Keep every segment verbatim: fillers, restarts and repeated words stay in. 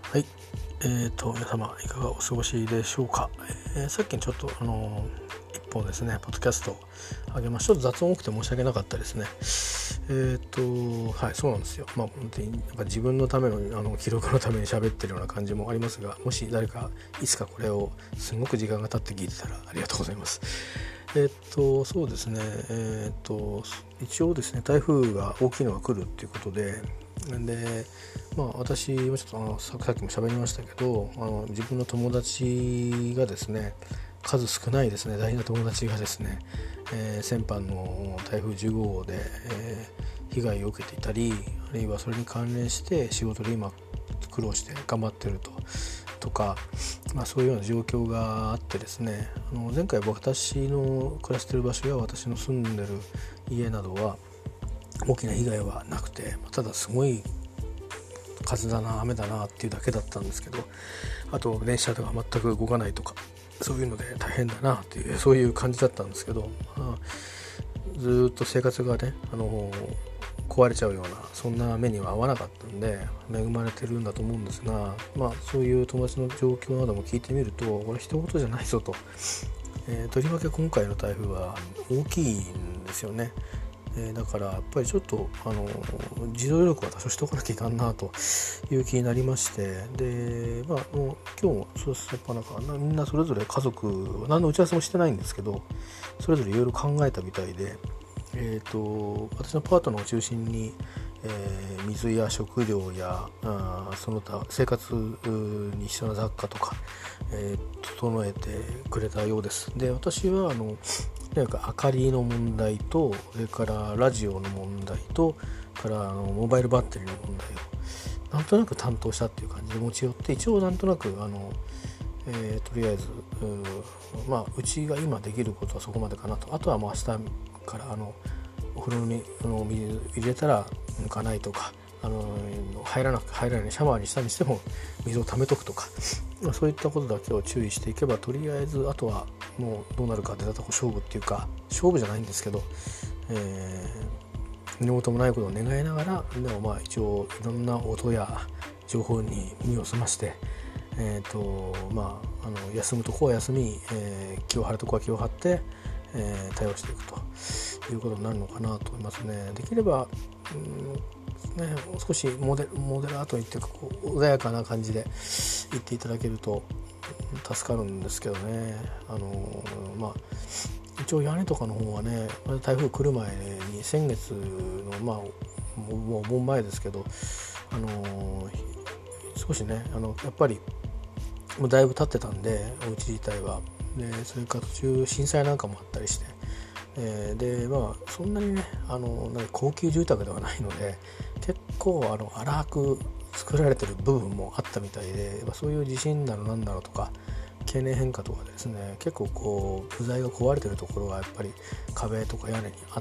はい、えーと皆様いかがお過ごしでしょうか。えー、さっきちょっとあのー、一本ですねポッドキャストあげました。ちょっと雑音多くて申し訳なかったですね。えーとはいそうなんですよ。まあ本当にやっぱ自分のためのあの記録のために喋ってるような感じもありますが、もし誰かいつかこれをすごく時間が経って聞いてたらありがとうございます。えーとそうですねえーと一応ですね台風が大きいのが来るっていうことででまあ私もちょっとあのさっきも喋りましたけど、あの自分の友達がですね数少ないですね大事な友達がですね、えー、先般の台風じゅうごごうで、えー、被害を受けていたり、あるいはそれに関連して仕事で今苦労して頑張ってるととか、まあ、そういうような状況があってですね、あの前回私の暮らしている場所や私の住んでる家などは大きな被害はなくて、ただすごい風だな雨だなっていうだけだったんですけど、あと電車が全く動かないとかそういうので大変だなっていうそういう感じだったんですけど、まあ、ずっと生活がねあの壊れちゃうようなそんな目には合わなかったんで恵まれてるんだと思うんですが、まあそういう友達の状況なども聞いてみるとこれ一言じゃないぞと、えー、とりわけ今回の台風は大きいんですよね。えー、だからやっぱりちょっとあの自動力は多少しとかなきゃいかんなという気になりまして、で、まあ、もう今日もそうすればなんかみんなそれぞれ家族何の打ち合わせもしてないんですけどそれぞれいろいろ考えたみたいで、えーと、私のパートナーを中心に、えー、水や食料やあその他生活に必要な雑貨とか、えー、整えてくれたようです。で私はあのなんか明かりの問題とそれからラジオの問題とからあのモバイルバッテリーの問題をなんとなく担当したっていう感じで持ち寄って、一応なんとなくあの、えー、とりあえずうまあうちが今できることはそこまでかなと。あとはもう明日からあのお風呂にあの水入れたら抜かないとか、あの入らなく入らないシャワーにしたにしても水を溜めとくとか、そういったことだけを注意していけばとりあえずあとはもうどうなるか出たとこ勝負っていうか勝負じゃないんですけど、えー、荷物もないことを願いながらでもまあ一応いろんな音や情報に耳を澄まして、えーとまあ、あの休むとこは休み、えー、気を張るとこは気を張って、えー、対応していくということになるのかなと思いますね。できれば、うんね、もう少しモデモデラートにっていうかこう穏やかな感じで言っていただけると助かるんですけどね。あのまあ一応屋根とかの方はね台風来る前に先月のまあもうお盆前ですけど、あの少しねあのやっぱりもうだいぶ経ってたんでお家自体はでそれから途中震災なんかもあったりして、えー、でまあそんなにねあのなんか高級住宅ではないので結構あの荒く作られてる部分もあったみたいで、そういう地震だろうなんだろうとか経年変化とかでですね結構こう部材が壊れてるところがやっぱり壁とか屋根にあって、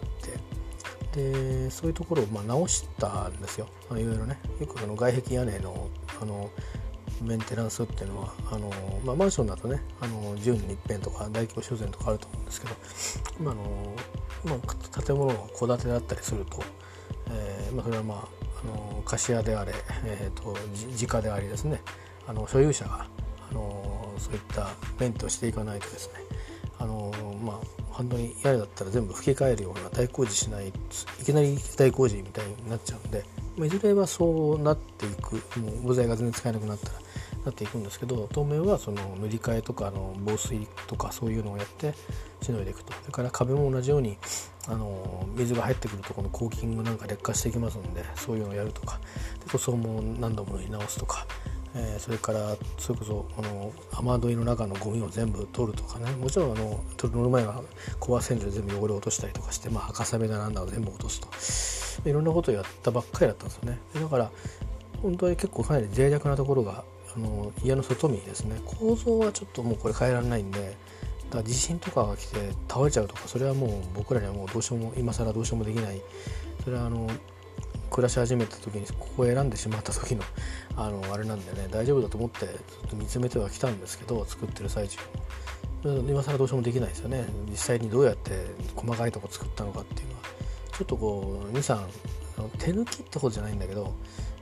でそういうところをまあ直したんですよ。いろいろねよくあの外壁屋根のあのメンテナンスっていうのはあの、まあ、マンションだとねあのじゅうねんに一遍とか大規模修繕とかあると思うんですけど、今の、まあ、建物が戸建てだったりすると、えーまあ、それはまああの貸し屋であれ、えー、と自家でありですねあの所有者があのそういったメンテをしていかないとですねあのまあ本当に屋根だったら全部吹き替えるような大工事しないいきなり大工事みたいになっちゃうんで、まあ、いずれはそうなっていくもう部材が全然使えなくなったらなっていくんですけど、当面はその塗り替えとかの防水とかそういうのをやってしのいでいくと。それから壁も同じようにあの水が入ってくるとこのコーキングなんか劣化していきますのでそういうのをやるとか、で塗装も何度も塗り直すとか、えー、それからそれこそこの雨どいの中のゴミを全部取るとかね、もちろんあの取る前はコア洗浄で全部汚れを落としたりとかして、まあ、赤さめだなんだを全部落とすといろんなことをやったばっかりだったんですよね。だから本当に結構かなり脆弱なところがあの家の外見ですね。構造はちょっともうこれ変えられないんで、だから地震とかが来て倒れちゃうとかそれはもう僕らにはもうどうしようも今更どうしようもできない。それはあの暮らし始めた時にここを選んでしまった時のあのあれなんでね大丈夫だと思ってずっと見つめてはきたんですけど、作ってる最中今更どうしようもできないですよね。実際にどうやって細かいとこ作ったのかっていうのはちょっとこうにさん手抜きってことじゃないんだけど、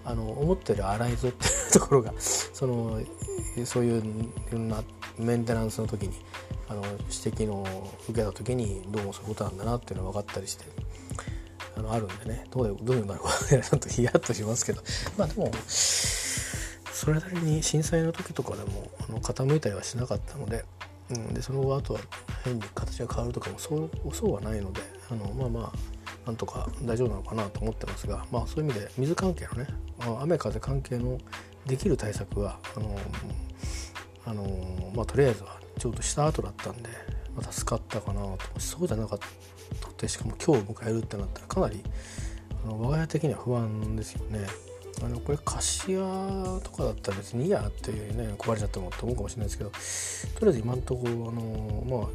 あの思ってる洗いぞっていうところがそのそういういろんなメンテナンスの時にあの指摘の受けた時にどうもそういうことなんだなっていうのが分かったりしてあのあるんでね、どうでどういうのなるかちょっとヒヤッとしますけど、まあでもそれなりに震災の時とかでもあの傾いたりはしなかったので、うん、でその後あとは変に形が変わるとかもそうそうはないので、あのまあまあなんとか大丈夫なのかなと思ってますが、まあそういう意味で水関係のね、雨風関係のできる対策はあのあのまあとりあえずはちょうどした後だったんで、まあ、助かったかなと。そうじゃなかったってしかも今日迎えるってなったらかなりあの我が家的には不安ですよね。あのこれ貸し屋とかだったら別にいいやっていうね壊れちゃってもと思うかもしれないですけど、とりあえず今のところあのまあ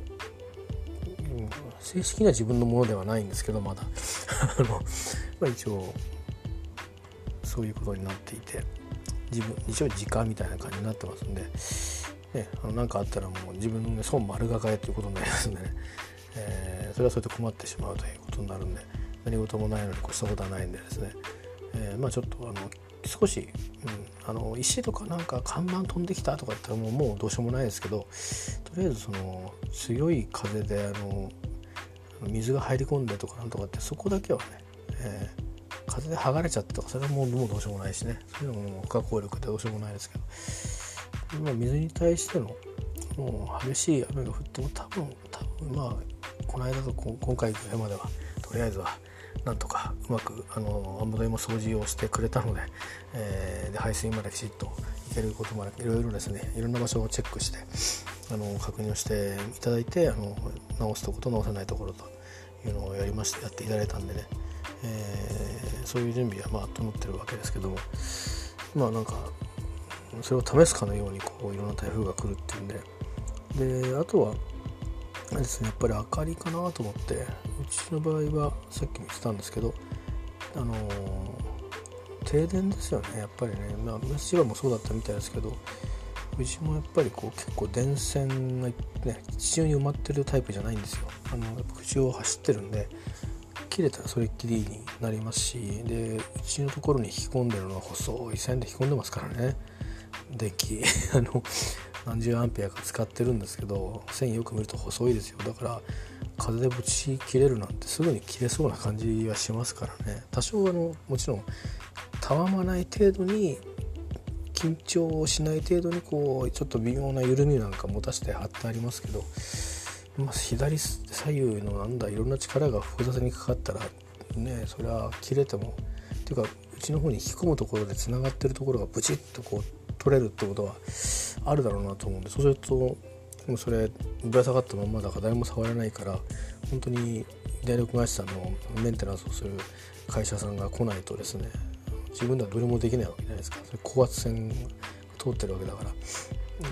正式には自分のものではないんですけどまだあの、まあ、一応そういうことになっていて自分一応時間みたいな感じになってますんで、ね、あのなんかあったらもう自分の、ね、損丸抱えということになりますんでね、えー、それはそれで困ってしまうということになるんで、何事もないのに越したことはないんでですね、えー、まあちょっとあの少し、うん、あの石とかなんか看板飛んできたとか言ったらもう、もうどうしようもないですけど、とりあえずその強い風であの水が入り込んでとかなんとかってそこだけはね、えー、風で剥がれちゃってとかそれはもう、もうどうしようもないしね、そういうのも不可抗力でどうしようもないですけど、まあ、水に対してのもう激しい雨が降っても多分多分まあこの間と今回ぐらいまではとりあえずはなんとかうまくあのアンバドイも掃除をしてくれたので、えー、で排水まできちっといけることまでいろいろですね、いろんな場所をチェックしてあの確認をしていただいて、あの直すところと直せないところというのをやりましてやっていただいたんでね、えー、そういう準備はまあ整ってるわけですけども、まあなんかそれを試すかのようにこういろんな台風が来るっていうんで、であとはですね、やっぱり明かりかなと思って、うちの場合はさっきも言ってたんですけど、あのー、停電ですよね。やっぱりね、まあ千葉もそうだったみたいですけど、うちもやっぱりこう結構電線がね地中に埋まってるタイプじゃないんですよ。あのやっぱ口を走ってるんで切れたらそれっきりになりますし、でうちのところに引き込んでるのは細い線で引き込んでますからね、電気あの何十アンペアか使ってるんですけど、線よく見ると細いですよ。だから風でぶち切れるなんてすぐに切れそうな感じはしますからね。多少あのもちろんたわまない程度に緊張しない程度にこうちょっと微妙な緩みなんか持たせて貼ってありますけど、まあ、左左右のなんだいろんな力が複雑にかかったらね、それは切れてもっていうかうちの方に引き込むところでつながってるところがブチッとこう取れるってことはあるだろうなと思うんで、そうするともうそれぶら下がったまんまだから誰も触らないから、本当に電力会社さんのメンテナンスをする会社さんが来ないとですね、自分ではどれもできないわけじゃないですか。それ高圧線が通ってるわけだから、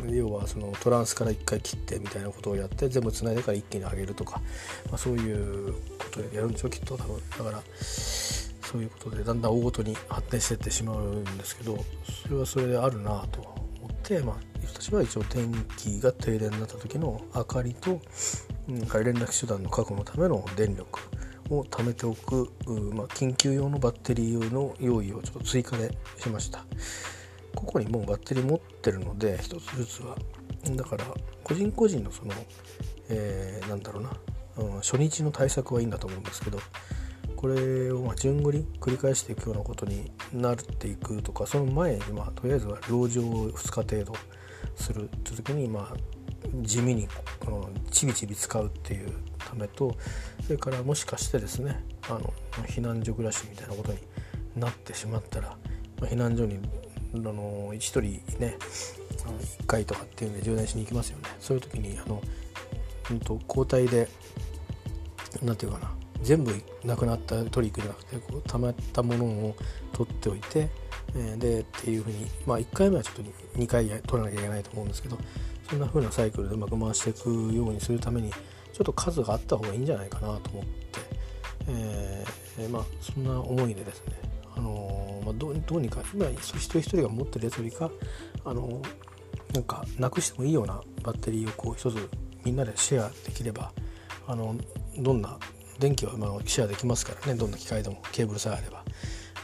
要はそのトランスから一回切ってみたいなことをやって全部つないでから一気に上げるとか、まあ、そういうことでやるんでしょうきっと。多分だからそういうことでだんだん大ごとに発展していってしまうんですけど、それはそれであるなと思って、まあ私は一応電気が停電になった時の明かりと、うん、連絡手段の確保のための電力を貯めておく、まあ、緊急用のバッテリーの用意をちょっと追加でしました。ここにもうバッテリー持ってるので一つずつはだから個人個人のその、えー、なんだろうな、うん、初日の対策はいいんだと思うんですけど、これをまあ順繰り繰り返していくようなことになっていくとか、その前にまあとりあえずは籠城をふつか程度するという時にまあ地味にこのちびちび使うっていうためと、それからもしかしてですね、あの避難所暮らしみたいなことになってしまったら、まあ、避難所にあの一人ねいっかいとかっていうんで充電しに行きますよね。そういう時にあの、うん、と交代でなんていうかな、全部なくなった取り行くじゃなくてこう溜まったものを取っておいて、えー、でっていうふうに、まあいっかいめはちょっとにかい取らなきゃいけないと思うんですけど、そんな風なサイクルでうまく回していくようにするためにちょっと数があった方がいいんじゃないかなと思って、えー、まあそんな思いでですね、あのーまあ、どう、どうにか今一人一人が持ってるやつよりか、あのー、なんかなくしてもいいようなバッテリーをこう一つみんなでシェアできれば、あのどんな電気はまあシェアできますからね、どんな機械でもケーブルさえあれば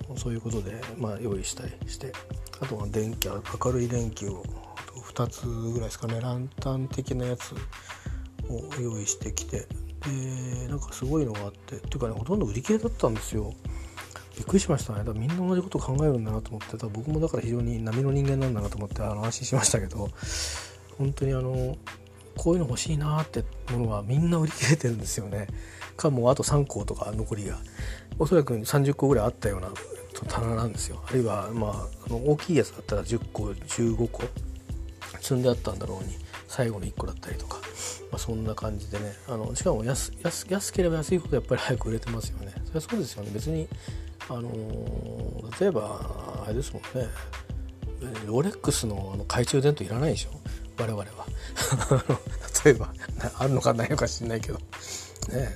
そういうことで、まあ、用意したりして、あとは電気明るい電気をふたつぐらいですかね、ランタン的なやつを用意してきて、でなんかすごいのがあってっていうかね、ほとんど売り切れだったんですよ。びっくりしましたね。だからみんな同じことを考えるんだなと思って、僕もだから非常に波の人間なんだなと思ってあの安心しましたけど、本当にあのこういうの欲しいなってものはみんな売り切れてるんですよね。かもあとさんことか残りがおそらくさんじゅっこぐらいあったような棚なんですよ。あるいはまああの大きいやつだったらじゅっこじゅうごこ積んであったんだろうに最後のいっこだったりとか、まあ、そんな感じでね、あのしかも 安, 安, 安ければ安いほどやっぱり早く売れてますよね。それはそうですよね。別にあのー、例えばあれですもんね、ロレックス の, あの懐中電灯いらないでしょ我々は例えばあるのかないのか知んないけどね、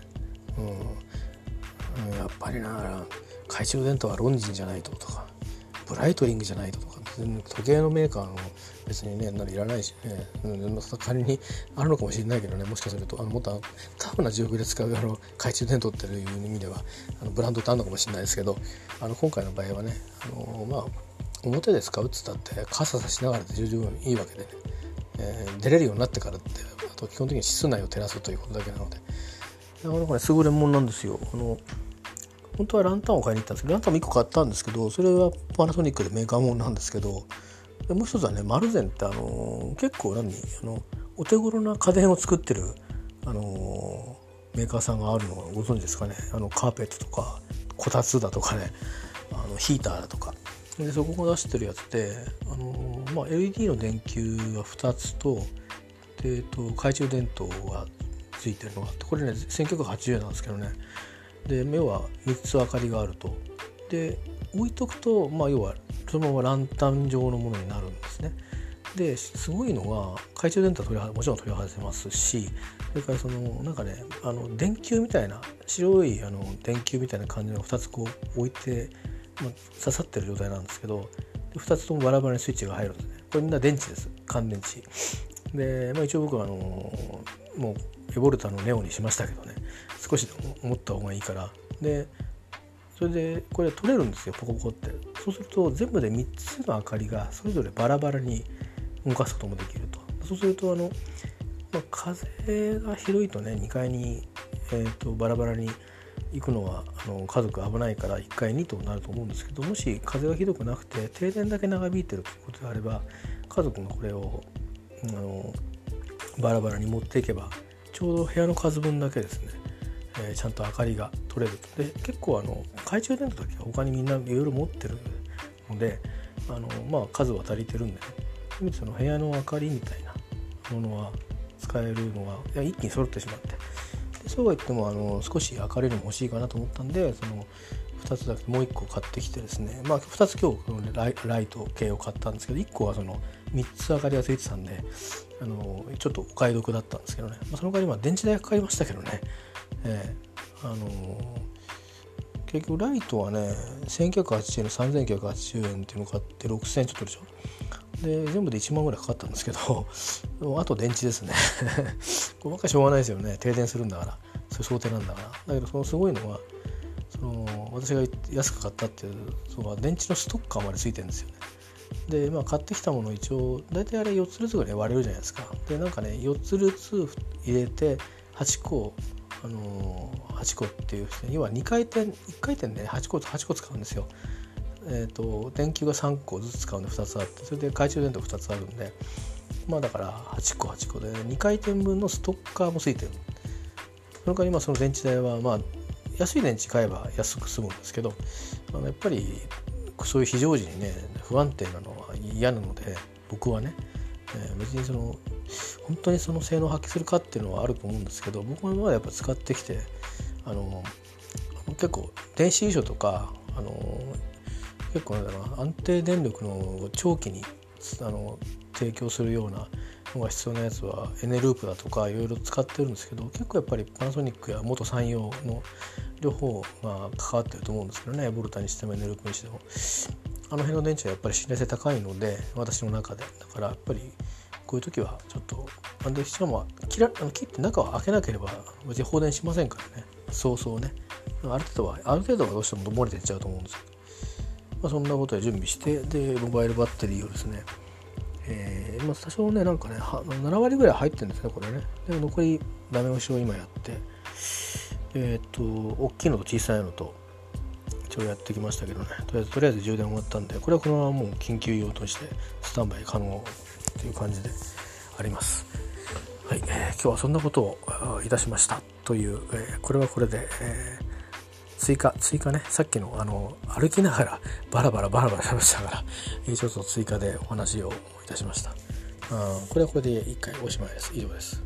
うん、やっぱりな懐中電灯はロンジンじゃないととかブライトリングじゃないととか、時計のメーカーの別にねいらないしね、うん、仮にあるのかもしれないけどね、もしかするとあのもっとタフな状況で使うあの懐中電灯っていう意味ではあのブランドってあるのかもしれないですけど、あの今回の場合はね、あのまあ表で使うっつったって傘差しながらで十分いいわけでね、えー、出れるようになってからってあと基本的に室内を照らすということだけなので、なかなかね優れものなんですよ。あの本当はランタンを買いに行ったんですけど、ランタンもいっこ買ったんですけど、それはパナソニックでメーカーものなんですけど、でもう一つはねマルゼンってあの結構何あのお手頃な家電を作ってるあのメーカーさんがあるのをご存知ですかね。あのカーペットとかこたつだとかね、あのヒーターだとかでそこが出してるやつで、あの、まあ、エルイーディー の電球がふたつと、で、えっと、懐中電灯がついてるのがあって、これねせんきゅうひゃくはちじゅうえんなんですけどね、で目はみっつ明かりがあると、で置いとくと、まあ、要はそのままランタン状のものになるんですね。ですごいのは懐中電灯は取りもちろん取り外せますし、それからそのなんかねあの電球みたいな白いあの電球みたいな感じのふたつこう置いて、まあ、刺さってる状態なんですけど、でふたつともバラバラにスイッチが入るんですね。これみんな電池です、乾電池で、まあ、一応僕はあのもうエボルタのネオにしましたけどね、少しでも持った方がいいから。でそれでこれ取れるんですよ、ポコポコって。そうすると全部でみっつの明かりがそれぞれバラバラに動かすこともできると。そうするとあの、まあ、風が広いとねにかいに、えー、とバラバラに行くのはあの家族危ないからいっかいにとなると思うんですけど、もし風がひどくなくて停電だけ長引いてるということであれば、家族がこれをあのバラバラに持っていけばちょうど部屋の数分だけですね、えー、ちゃんと明かりが取れると。で結構あの懐中電灯だけは他にみんないろいろ持ってるので、あの、まあ、数は足りてるんでね、その部屋の明かりみたいなものは使えるのが一気に揃ってしまって、でそうは言ってもあの少し明るいのも欲しいかなと思ったんで、そのふたつだけもういっこ買ってきてですね、まあふたつ今日ライ、ライト系を買ったんですけど、いっこはそのみっつ明かりがついてたんで、あのちょっとお買い得だったんですけどね、まあ、その代わりまあ電池代がかかりましたけどね、えー、あの結局ライトはねせんきゅうひゃくはちじゅうえんのさんぜんきゅうひゃくはちじゅうえんっていうのを買ってろくせんえんちょっとでしょ。で全部でいちまんぐらいかかったんですけどあと電池ですねこればっかりしょうがないですよね、停電するんだから、そういう想定なんだから。だけどそのすごいのはその私が安く買ったっていうその電池のストッカーまでついてるんですよね。でまあ買ってきたもの一応大体あれよっつずつぐらい割れるじゃないですか。でなんかねよっつずつ入れてはちこ、あのー、はちこっていう要はにかい転いっかい転で、ね、はちこはちこ使うんですよ。えーと、電球がさんこずつ使うんでふたつあって、それで懐中電灯ふたつあるんで、まあだからはちこはちこでにかい転分のストッカーもついてる。その代わりまあその電池代はまあ安い電池買えば安く済むんですけど、あのやっぱりそういう非常時にね不安定なのは嫌なので、僕はね、えー、別にその本当にその性能を発揮するかっていうのはあると思うんですけど、僕は今までやっぱ使ってきてあの結構電子遺書とかあの結構なんだろうな安定電力の長期にあの提供するようなのが必要なやつはエネループだとかいろいろ使ってるんですけど、結構やっぱりパナソニックや元三洋の両方が関わってると思うんですけどね、ボルタにしてもエネループにしてもあの辺の電池はやっぱり信頼性高いので、私の中でだからやっぱりこういう時はちょっとでしかも切ら切って中を開けなければ別に放電しませんからね、そうそうね、ある程度はある程度はどうしても漏れていっちゃうと思うんですけど、 まあ、そんなことで準備してでモバイルバッテリーをですね、えーまあ、多少ねなんかねなな割ぐらい入ってるんですねこれね。で残りダメ押しを今やってえっ、ー、と大きいのと小さいのと一応やってきましたけどね、とりあえずとりあえず充電終わったんで、これはこのままもう緊急用としてスタンバイ可能という感じであります。はい、えー、今日はそんなことをいたしましたという、えー、これはこれで、えー、追加追加ね、さっきのあの歩きながらバラバラバラバラしゃべったから、えー、ちょっと追加でお話をいたしました。あこれはこれで一回おしまいです。以上です。